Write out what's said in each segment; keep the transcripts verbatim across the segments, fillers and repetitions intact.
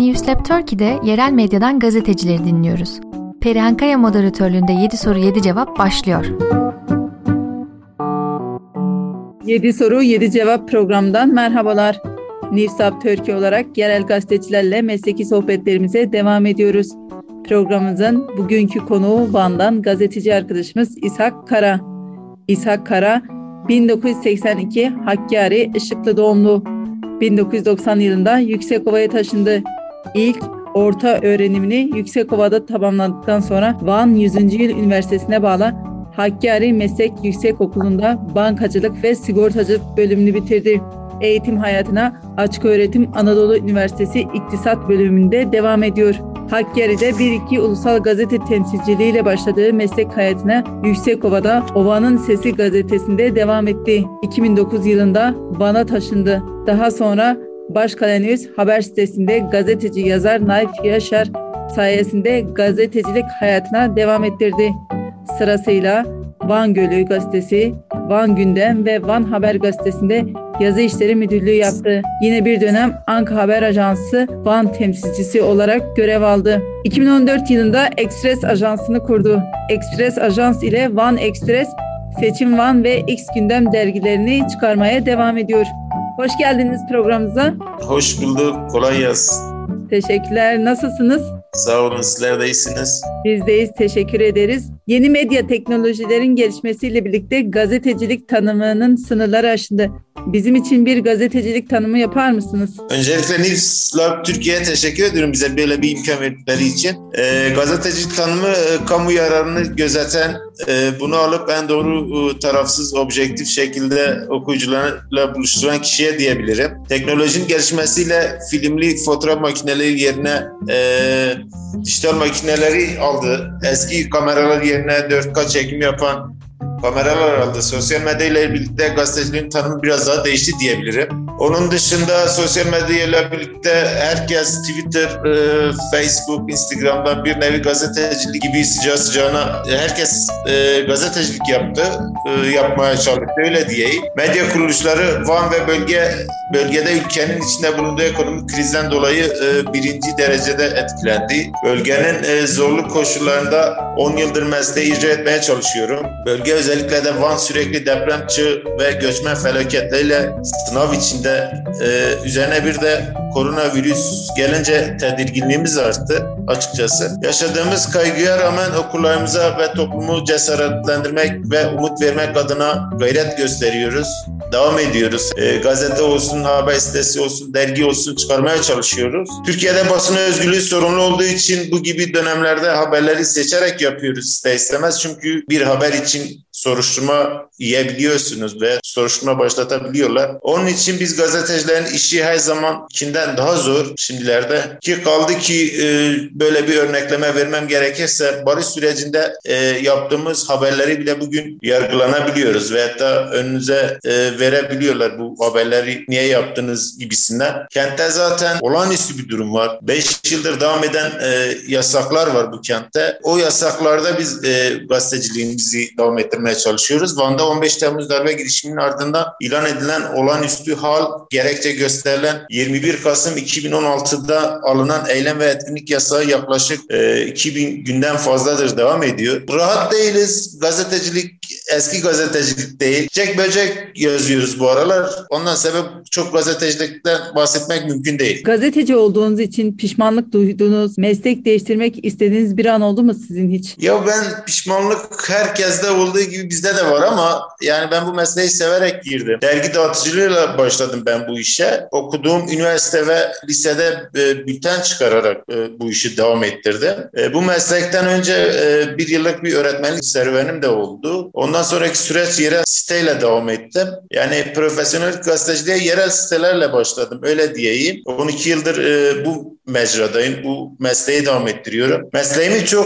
Newslab Turkey'de yerel medyadan gazetecileri dinliyoruz. Perihan Kaya moderatörlüğünde yedi soru yedi cevap başlıyor. yedi soru yedi cevap programından merhabalar. Newslab Turkey olarak yerel gazetecilerle mesleki sohbetlerimize devam ediyoruz. Programımızın bugünkü konuğu Van'dan gazeteci arkadaşımız İshak Kara. İshak Kara, bin dokuz yüz seksen iki Hakkari Işıklı doğumlu. bin dokuz yüz doksan yılında Yüksekova'ya taşındı. İlk orta öğrenimini Yüksekova'da tamamladıktan sonra Van yüzüncü Yıl Üniversitesi'ne bağlı Hakkari Meslek Yüksekokulu'nda bankacılık ve sigortacılık bölümünü bitirdi. Eğitim hayatına Açıköğretim Anadolu Üniversitesi İktisat bölümünde devam ediyor. Hakkari'de bir iki ulusal gazete temsilciliğiyle başladığı meslek hayatına Yüksekova'da Ova'nın Sesi gazetesinde devam etti. iki bin dokuz yılında Van'a taşındı. Daha sonra Başkalenews haber sitesinde gazeteci yazar Naif Yaşar sayesinde gazetecilik hayatına devam ettirdi. Sırasıyla Van Gölü gazetesi, Van Gündem ve Van Haber gazetesinde yazı işleri müdürlüğü yaptı. Yine bir dönem Anka Haber Ajansı Van temsilcisi olarak görev aldı. iki bin on dört yılında Express Ajansı'nı kurdu. Express Ajans ile Van Express, Seçim Van ve X Gündem dergilerini çıkarmaya devam ediyor. Hoş geldiniz programımıza. Hoş bulduk. Kolay gelsin. Teşekkürler. Nasılsınız? Sağ olun. Sizler de iyisiniz. Bizdeyiz. Teşekkür ederiz. Yeni medya teknolojilerin gelişmesiyle birlikte gazetecilik tanımının sınırları aşıldı. Bizim için bir gazetecilik tanımı yapar mısınız? Öncelikle Newslab Türkiye'ye teşekkür ediyorum bize böyle bir imkan verdikleri için. E, gazetecilik tanımı e, kamu yararını gözeten, e, bunu alıp en doğru e, tarafsız, objektif şekilde okuyucularla buluşturan kişiye diyebilirim. Teknolojinin gelişmesiyle filmli fotoğraf makineleri yerine e, dijital makineleri aldı. Eski kameralar yerine dört K çekim yapan kameralar aldı. Sosyal medya ile birlikte gazeteciliğin tanımı biraz daha değişti diyebilirim. Onun dışında sosyal medya ile birlikte herkes Twitter, e, Facebook, Instagram'dan bir nevi gazetecilik gibi sıcağı sıcağına herkes e, gazetecilik yaptı, e, yapmaya çalıştı öyle diyeyim. Medya kuruluşları Van ve bölge bölgede ülkenin içinde bulunduğu ekonomik krizden dolayı e, birinci derecede etkilendi. Bölgenin e, zorlu koşullarında on yıldır mesleği icra etmeye çalışıyorum. Bölge özellikle de Van sürekli deprem çığ ve göçmen felaketleriyle sınav içinde. Ee, üzerine bir de koronavirüs gelince tedirginliğimiz arttı açıkçası. Yaşadığımız kaygıya rağmen okullarımıza ve toplumu cesaretlendirmek ve umut vermek adına gayret gösteriyoruz. Devam ediyoruz. Ee, gazete olsun, haber sitesi olsun, dergi olsun çıkarmaya çalışıyoruz. Türkiye'de basın özgürlüğü sorunlu olduğu için bu gibi dönemlerde haberleri seçerek yapıyoruz ister istemez. Çünkü bir haber için soruşturma yiyebiliyorsunuz ve soruşturma başlatabiliyorlar. Onun için biz gazetecilerin işi her zamankinden daha zor şimdilerde. Ki kaldı ki e, böyle bir örnekleme vermem gerekirse barış sürecinde e, yaptığımız haberleri bile bugün yargılanabiliyoruz ve hatta önünüze e, verebiliyorlar bu haberleri niye yaptınız gibisinden. Kentte zaten olağanüstü bir durum var. beş yıldır devam eden e, yasaklar var bu kentte. O yasaklarda biz e, gazeteciliğimizi devam ettirmeye çalışıyoruz. Van'da on beş Temmuz darbe girişiminin ardından ilan edilen olağanüstü hal gerekçe gösterilen yirmi bir Kasım iki bin on altıda alınan eylem ve etkinlik yasağı yaklaşık e, iki bin günden fazladır devam ediyor. Rahat değiliz. Gazetecilik eski gazetecilik değil. Çek böcek yazıyoruz bu aralar. Ondan sebep çok gazetecilikten bahsetmek mümkün değil. Gazeteci olduğunuz için pişmanlık duyduğunuz, meslek değiştirmek istediğiniz bir an oldu mu sizin hiç? Ya ben pişmanlık herkeste olduğu gibi bizde de var ama yani ben bu mesleği severek girdim. Dergi dağıtıcılığıyla başladım ben bu işe. Okuduğum üniversite ve lisede e, bülten çıkararak e, bu işi devam ettirdim. E, bu meslekten önce e, bir yıllık bir öğretmenlik serüvenim de oldu. Ondan sonraki süreç yerel siteyle devam ettim. Yani profesyonel gazeteciliğe yerel sitelerle başladım öyle diyeyim. on iki yıldır e, bu mecradayım. Bu mesleği devam ettiriyorum. Mesleğimi çok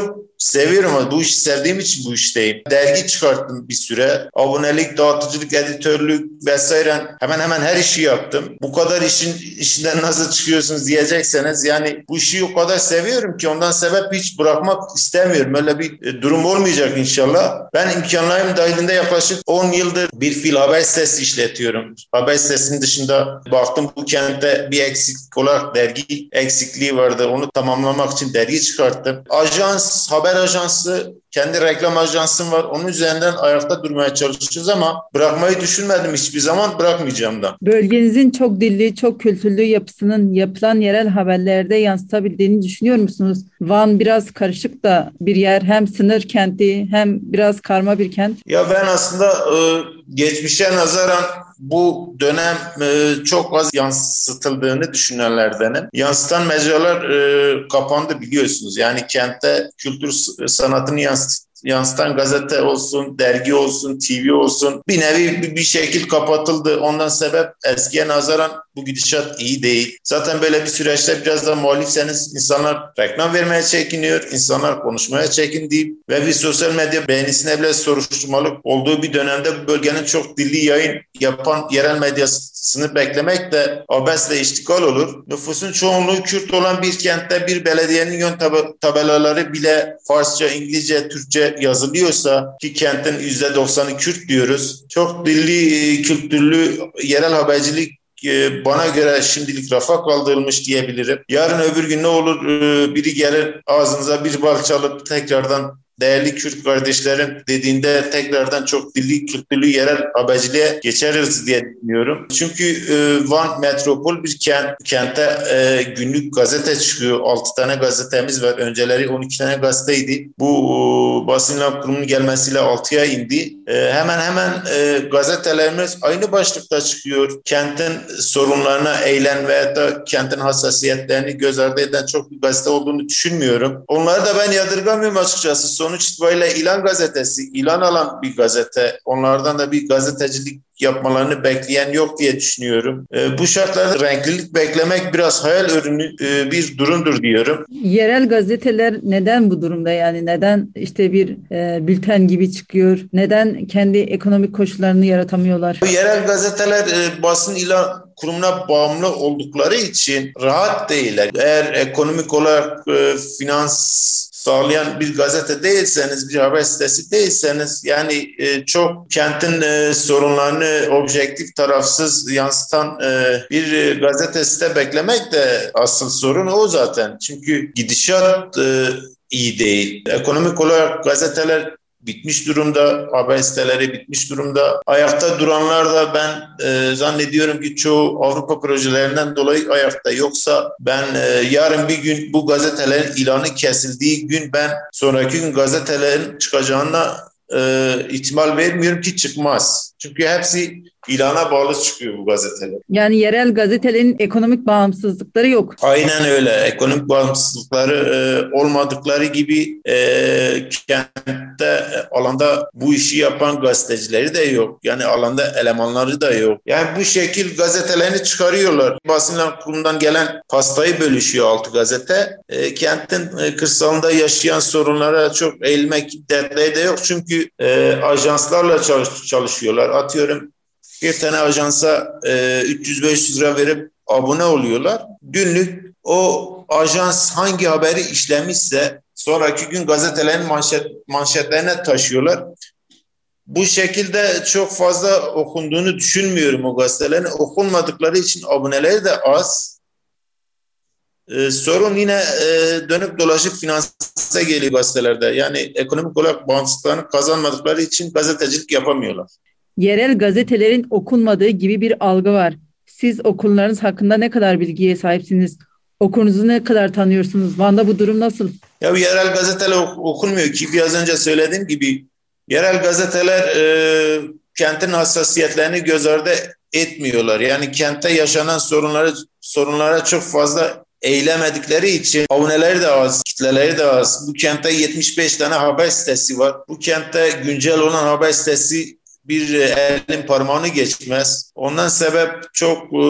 seviyorum ama bu işi sevdiğim için bu işteyim. Dergi çıkarttım bir süre. Abonelik, dağıtıcılık, editörlük vesaire hemen hemen her işi yaptım. Bu kadar işin işinden nasıl çıkıyorsunuz diyecekseniz yani bu işi o kadar seviyorum ki ondan sebep hiç bırakmak istemiyorum. Öyle bir durum olmayacak inşallah. Ben imkanlarım dahilinde yaklaşık on yıldır bir fil haber sitesi işletiyorum. Haber sitesinin dışında baktım bu kentte bir eksik olarak dergi eksikliği vardı. Onu tamamlamak için dergi çıkarttım. Ajans, haber ajansı, kendi reklam ajansım var. Onun üzerinden ayakta durmaya çalışıyoruz ama bırakmayı düşünmedim hiçbir zaman, bırakmayacağım da. Bölgenizin çok dilli, çok kültürlü yapısının yapılan yerel haberlerde yansıtabildiğini düşünüyor musunuz? Van biraz karışık da bir yer, hem sınır kenti hem biraz karma bir kent. Ya ben aslında e, geçmişe nazaran bu dönem e, çok az yansıtıldığını düşünenlerdenim. Yansıtan mecralar e, kapandı biliyorsunuz. Yani kentte kültür sanatını yansıt yansıtan gazete olsun, dergi olsun, T V olsun bir nevi bir, bir şekil kapatıldı. Ondan sebep eskiye nazaran bu gidişat iyi değil. Zaten böyle bir süreçte biraz da muhalifseniz insanlar reklam vermeye çekiniyor, insanlar konuşmaya çekindi ve bir sosyal medya beğenisine bile soruşturmalık olduğu bir dönemde bu bölgenin çok dilli yayın yapan yerel medyasını beklemek de abesle iştikal olur. Nüfusun çoğunluğu Kürt olan bir kentte bir belediyenin yön tab- tabelaları bile Farsça, İngilizce, Türkçe yazılıyorsa ki kentin yüzde doksanı Kürt diyoruz. Çok dilli, kültürlü yerel habercilik bana göre şimdilik rafa kaldırılmış diyebilirim. Yarın öbür gün ne olur biri gelir ağzınıza bir bal çalıp tekrardan değerli Kürt kardeşlerim dediğinde tekrardan çok dilli, kültürlü yerel haberciliğe geçeriz diye düşünüyorum. Çünkü e, Van metropol bir kent. Kente e, günlük gazete çıkıyor. altı tane gazetemiz var. Önceleri on iki tane gazeteydi. Bu e, basın ilan kurumunun gelmesiyle altıya indi. E, hemen hemen e, gazetelerimiz aynı başlıkta çıkıyor. Kentin sorunlarına eğilen veya da kentin hassasiyetlerini göz ardı eden çok bir gazete olduğunu düşünmüyorum. Onları da ben yadırgamıyorum açıkçası. Sonuç itibariyle İlan gazetesi, ilan alan bir gazete. Onlardan da bir gazetecilik yapmalarını bekleyen yok diye düşünüyorum. E, bu şartlarda renklilik beklemek biraz hayal ürünü e, bir durumdur diyorum. Yerel gazeteler neden bu durumda, yani neden işte bir e, bülten gibi çıkıyor? Neden kendi ekonomik koşullarını yaratamıyorlar? Bu yerel gazeteler e, basın ilan kurumuna bağımlı oldukları için rahat değiller. Eğer ekonomik olarak e, finans sağlayan bir gazete değilseniz, bir haber sitesi değilseniz yani e, çok kentin e, sorunlarını objektif, tarafsız yansıtan e, bir e, gazete site beklemek de asıl sorun o zaten. Çünkü gidişat e, iyi değil. Ekonomik olarak gazeteler bitmiş durumda, haber siteleri bitmiş durumda. Ayakta duranlar da ben e, zannediyorum ki çoğu Avrupa projelerinden dolayı ayakta. Yoksa ben e, yarın bir gün bu gazetelerin ilanı kesildiği gün ben sonraki gün gazetelerin çıkacağına e, ihtimal vermiyorum ki çıkmaz. Çünkü hepsi ilana bağlı çıkıyor bu gazeteler. Yani yerel gazetelerin ekonomik bağımsızlıkları yok. Aynen öyle. Ekonomik bağımsızlıkları e, olmadıkları gibi e, kentte e, alanda bu işi yapan gazetecileri de yok. Yani alanda elemanları da yok. Yani bu şekil gazetelerini çıkarıyorlar. Basın ilan kurumundan gelen pastayı bölüşüyor altı gazete. E, kentin e, kırsalında yaşayan sorunlara çok eğilmek dertleri de yok. Çünkü e, ajanslarla çalış, çalışıyorlar. Atıyorum bir tane ajansa e, üç yüz beş yüz lira verip abone oluyorlar. Günlük o ajans hangi haberi işlemişse sonraki gün gazetelerin manşet, manşetlerine taşıyorlar. Bu şekilde çok fazla okunduğunu düşünmüyorum o gazetelerin. Okunmadıkları için aboneleri de az. Ee, sorun yine e, dönüp dolaşıp finansa geliyor gazetelerde. Yani ekonomik olarak bağımsızlıklarını kazanmadıkları için gazetecilik yapamıyorlar. Yerel gazetelerin okunmadığı gibi bir algı var. Siz okullarınız hakkında ne kadar bilgiye sahipsiniz? Okulunuzu ne kadar tanıyorsunuz? Van'da bu durum nasıl? Ya yerel gazeteler okunmuyor ki biraz önce söylediğim gibi yerel gazeteler e, kentin hassasiyetlerini göz ardı etmiyorlar. Yani kentte yaşanan sorunları sorunlara çok fazla eğilemedikleri için aboneleri de az, kitleleri de az. Bu kentte yetmiş beş tane haber sitesi var. Bu kentte güncel olan haber sitesi bir elin parmağını geçmez. Ondan sebep çok e,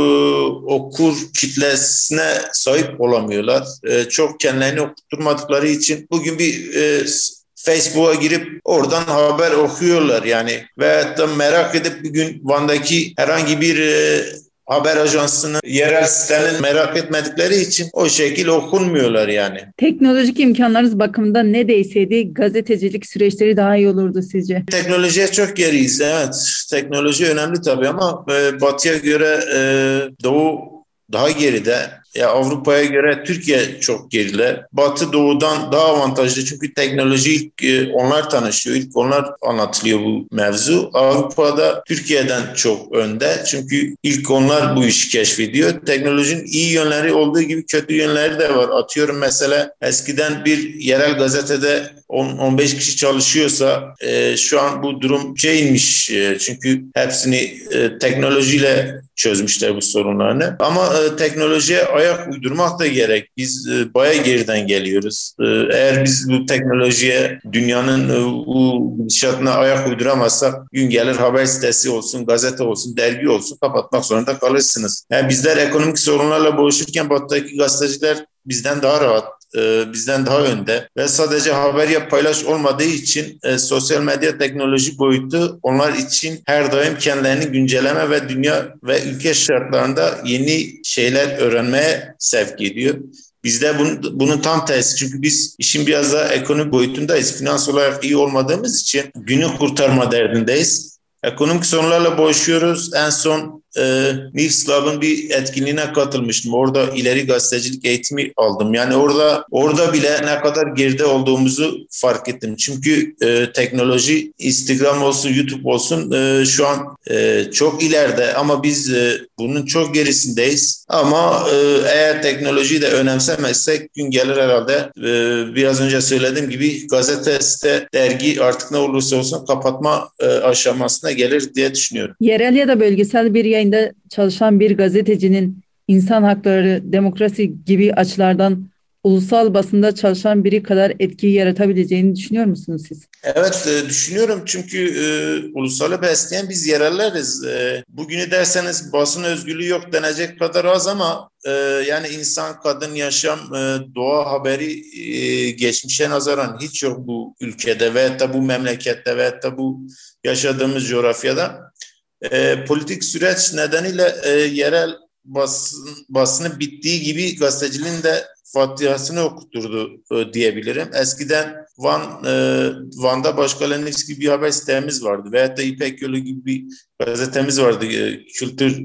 okur kitlesine sahip olamıyorlar. E, çok kendilerini okutturmadıkları için bugün bir e, Facebook'a girip oradan haber okuyorlar yani. Ve da merak edip bugün Van'daki herhangi bir e, haber ajansının yerel sitelerini merak etmedikleri için o şekil okunmuyorlar yani. Teknolojik imkanlarınız bakımından ne değişseydi gazetecilik süreçleri daha iyi olurdu sizce? Teknolojiye çok geriyiz, evet. Teknoloji önemli tabii ama e, Batı'ya göre e, Doğu daha geride. Ya Avrupa'ya göre Türkiye çok geride. Batı Doğu'dan daha avantajlı çünkü teknoloji ilk e, onlar tanışıyor. İlk onlar anlatılıyor bu mevzu. Avrupa'da Türkiye'den çok önde. Çünkü ilk onlar bu işi keşfediyor. Teknolojinin iyi yönleri olduğu gibi kötü yönleri de var. Atıyorum mesela eskiden bir yerel gazetede on on beş kişi çalışıyorsa e, şu an bu durum şeymiş. E, çünkü hepsini e, teknolojiyle çözmüşler bu sorunlarını. Ama e, teknolojiye ayak uydurmak da gerek. Biz e, bayağı geriden geliyoruz. E, eğer biz bu teknolojiye, dünyanın e, bu gidişatına ayak uyduramazsak gün gelir haber sitesi olsun, gazete olsun, dergi olsun kapatmak zorunda kalırsınız. Yani bizler ekonomik sorunlarla boğuşurken Batı'daki gazeteciler bizden daha rahat, bizden daha önde ve sadece haber yap paylaş olmadığı için e, sosyal medya teknoloji boyutu onlar için her daim kendilerini güncelleme ve dünya ve ülke şartlarında yeni şeyler öğrenmeye sevk ediyor. Bizde bunun, bunun tam tersi çünkü biz işin biraz daha ekonomik boyutundayız. Finans olarak iyi olmadığımız için günü kurtarma derdindeyiz. Ekonomik sorunlarla boğuşuyoruz. En son e, Nifslab'ın bir etkinliğine katılmıştım. Orada ileri gazetecilik eğitimi aldım. Yani orada orada bile ne kadar geride olduğumuzu fark ettim. Çünkü e, teknoloji, Instagram olsun, YouTube olsun e, şu an e, çok ileride ama biz e, bunun çok gerisindeyiz. Ama e, eğer teknolojiyi de önemsemezsek gün gelir herhalde e, biraz önce söylediğim gibi gazete, site, dergi artık ne olursa olsun kapatma e, aşamasına gelir diye düşünüyorum. Yerel ya da bölgesel bir yayında çalışan bir gazetecinin insan hakları, demokrasi gibi açılardan ulusal basında çalışan biri kadar etki yaratabileceğini düşünüyor musunuz siz? Evet e, düşünüyorum çünkü e, ulusalı besleyen biz yerelleriz. E, bugünü derseniz basın özgürlüğü yok denecek kadar az ama e, yani insan, kadın, yaşam, e, doğa haberi e, geçmişe nazaran hiç yok bu ülkede ve da bu memlekette ve da bu yaşadığımız coğrafyada. E, politik süreç nedeniyle e, yerel basın, basını bittiği gibi gazeteciliğin de fatihasını okutturdu e, diyebilirim. Eskiden Van e, Van'da Başkalenivs gibi bir haber sitemiz vardı. Veyahut da İpek Yolu gibi bir gazetemiz vardı. E, kültür,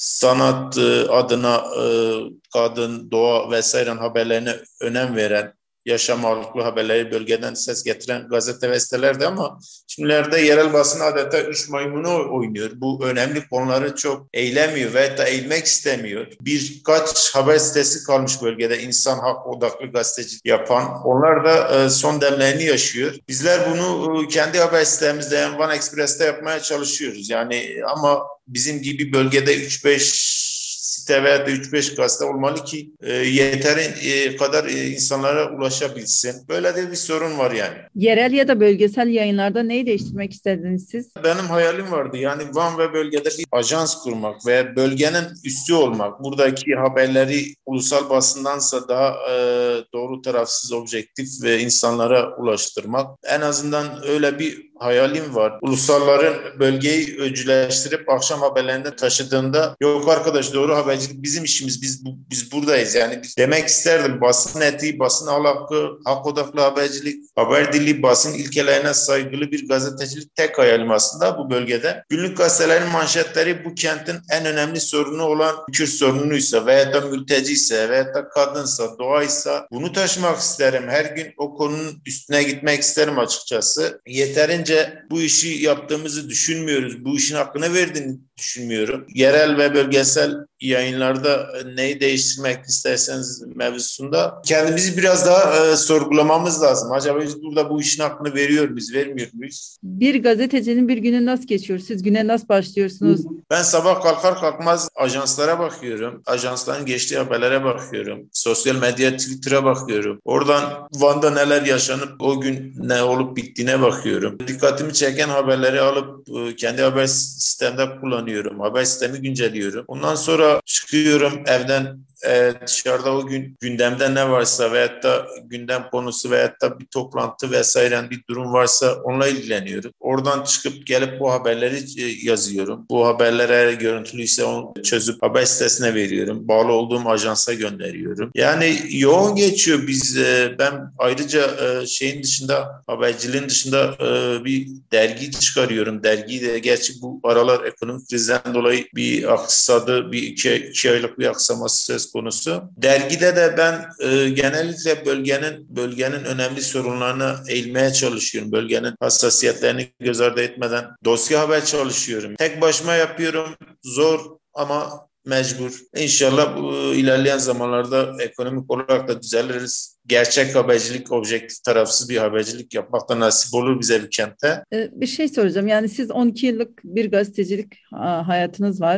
sanat e, adına e, kadın, doğa vesaire haberlerine önem veren, yaşam ağırlıklı haberleri bölgeden ses getiren gazete ve sitelerdi ama şimdilerde yerel basın adeta üç maymunu oynuyor. Bu önemli konuları çok eğilemiyor ve da eğilmek istemiyor. Birkaç haber sitesi kalmış bölgede insan hak odaklı gazeteci yapan. Onlar da son demlerini yaşıyor. Bizler bunu kendi haber sitemizde yani Van Express'te yapmaya çalışıyoruz. Yani ama bizim gibi bölgede üç beş site veya da üç beş gazete olmalı ki e, yeterin e, kadar e, insanlara ulaşabilsin. Böyle de bir sorun var yani. Yerel ya da bölgesel yayınlarda neyi değiştirmek istediniz siz? Benim hayalim vardı. Yani Van ve bölgede bir ajans kurmak ve bölgenin üssü olmak. Buradaki haberleri ulusal basındansa daha e, doğru tarafsız, objektif ve insanlara ulaştırmak. En azından öyle bir hayalim var. Ulusalların bölgeyi öcüleştirip akşam haberlerinde taşıdığında yok arkadaş doğru habercilik bizim işimiz. Biz bu, biz buradayız. Yani biz demek isterdim. Basın etiği, basın ahlakı, hak odaklı habercilik, haber dili, basın ilkelerine saygılı bir gazetecilik tek hayalim aslında bu bölgede. Günlük gazetelerin manşetleri bu kentin en önemli sorunu olan Kürt sorunuysa veya da mülteciyse veya da kadınsa, doğaysa bunu taşımak isterim. Her gün o konunun üstüne gitmek isterim açıkçası. Yeterince bu işi yaptığımızı düşünmüyoruz. Bu işin hakkını verdiğini düşünmüyorum. Yerel ve bölgesel yayınlarda neyi değiştirmek isterseniz mevzusunda kendimizi biraz daha e, sorgulamamız lazım. Acaba biz burada bu işin hakkını veriyor muyuz, vermiyor muyuz? Bir gazetecinin bir günü nasıl geçiyor? Siz güne nasıl başlıyorsunuz? Ben sabah kalkar kalkmaz ajanslara bakıyorum. Ajansların geçtiği haberlere bakıyorum. Sosyal medya, Twitter'a bakıyorum. Oradan Van'da neler yaşanıp o gün ne olup bittiğine bakıyorum. Dikkatimi çeken haberleri alıp kendi haber sistemde kullanıyorum. Haber sistemi güncelliyorum. Ondan sonra çıkıyorum evden. Ee, dışarıda o gün gündemde ne varsa veyahut da gündem konusu veyahut da bir toplantı vesaire bir durum varsa onunla ilgileniyorum. Oradan çıkıp gelip bu haberleri yazıyorum. Bu haberlere görüntülüyse onu çözüp haber sitesine veriyorum. Bağlı olduğum ajansa gönderiyorum. Yani yoğun geçiyor. Biz ben ayrıca şeyin dışında, haberciliğin dışında bir dergi çıkarıyorum. Dergiyi de gerçi bu aralar ekonomik krizden dolayı bir aksadı, bir iki, iki aylık bir aksaması söz konusu. Dergide de ben e, genellikle bölgenin bölgenin önemli sorunlarına eğilmeye çalışıyorum. Bölgenin hassasiyetlerini göz ardı etmeden dosya haber çalışıyorum. Tek başıma yapıyorum. Zor ama mecbur. İnşallah bu ilerleyen zamanlarda ekonomik olarak da düzeliriz. Gerçek habercilik, objektif, tarafsız bir habercilik yapmak da nasip olur bize bir kentte. Ee, bir şey soracağım. Yani siz on iki yıllık bir gazetecilik a, hayatınız var.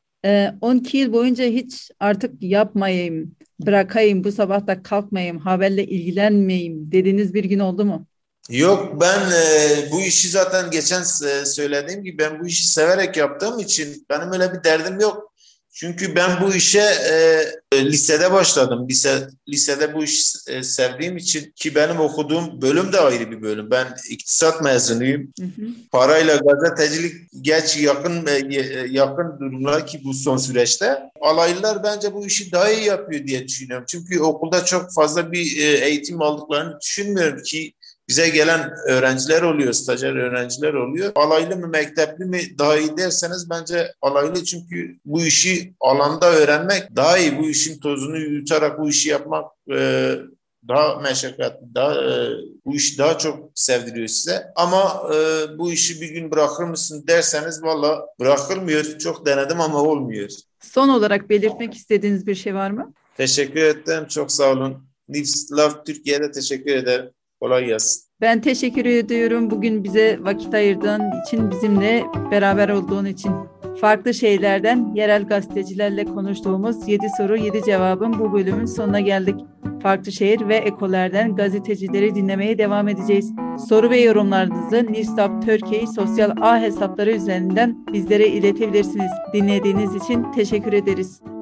on iki yıl boyunca hiç artık yapmayayım, bırakayım, bu sabah da kalkmayayım, haberle ilgilenmeyeyim dediğiniz bir gün oldu mu? Yok, ben e, bu işi zaten geçen e, söylediğim gibi ben bu işi severek yaptığım için benim öyle bir derdim yok. Çünkü ben bu işe e, lisede başladım. Lise, lisede bu işi e, sevdiğim için, ki benim okuduğum bölüm de ayrı bir bölüm. Ben iktisat mezunuyum. Hı hı. Parayla gazetecilik geç yakın yakın durumlar ki bu son süreçte. Alaylılar bence bu işi daha iyi yapıyor diye düşünüyorum. Çünkü okulda çok fazla bir e, eğitim aldıklarını düşünmüyorum ki. Bize gelen öğrenciler oluyor, stajyer öğrenciler oluyor. Alaylı mı, mektepli mi daha iyi derseniz bence alaylı, çünkü bu işi alanda öğrenmek daha iyi. Bu işin tozunu yutarak bu işi yapmak e, daha meşakkatli, daha, e, bu işi daha çok sevdiriyor size. Ama e, bu işi bir gün bırakır mısın derseniz valla bırakılmıyor. Çok denedim ama olmuyor. Son olarak belirtmek istediğiniz bir şey var mı? Teşekkür ederim, çok sağ olun. News Love Türkiye'de teşekkür ederim. Kolay gelsin. Ben teşekkür ediyorum bugün bize vakit ayırdığın için, bizimle beraber olduğun için. Farklı şeylerden yerel gazetecilerle konuştuğumuz yedi soru yedi cevabın bu bölümün sonuna geldik. Farklı şehir ve ekolerden gazetecileri dinlemeye devam edeceğiz. Soru ve yorumlarınızı Newstop Türkiye sosyal ağ hesapları üzerinden bizlere iletebilirsiniz. Dinlediğiniz için teşekkür ederiz.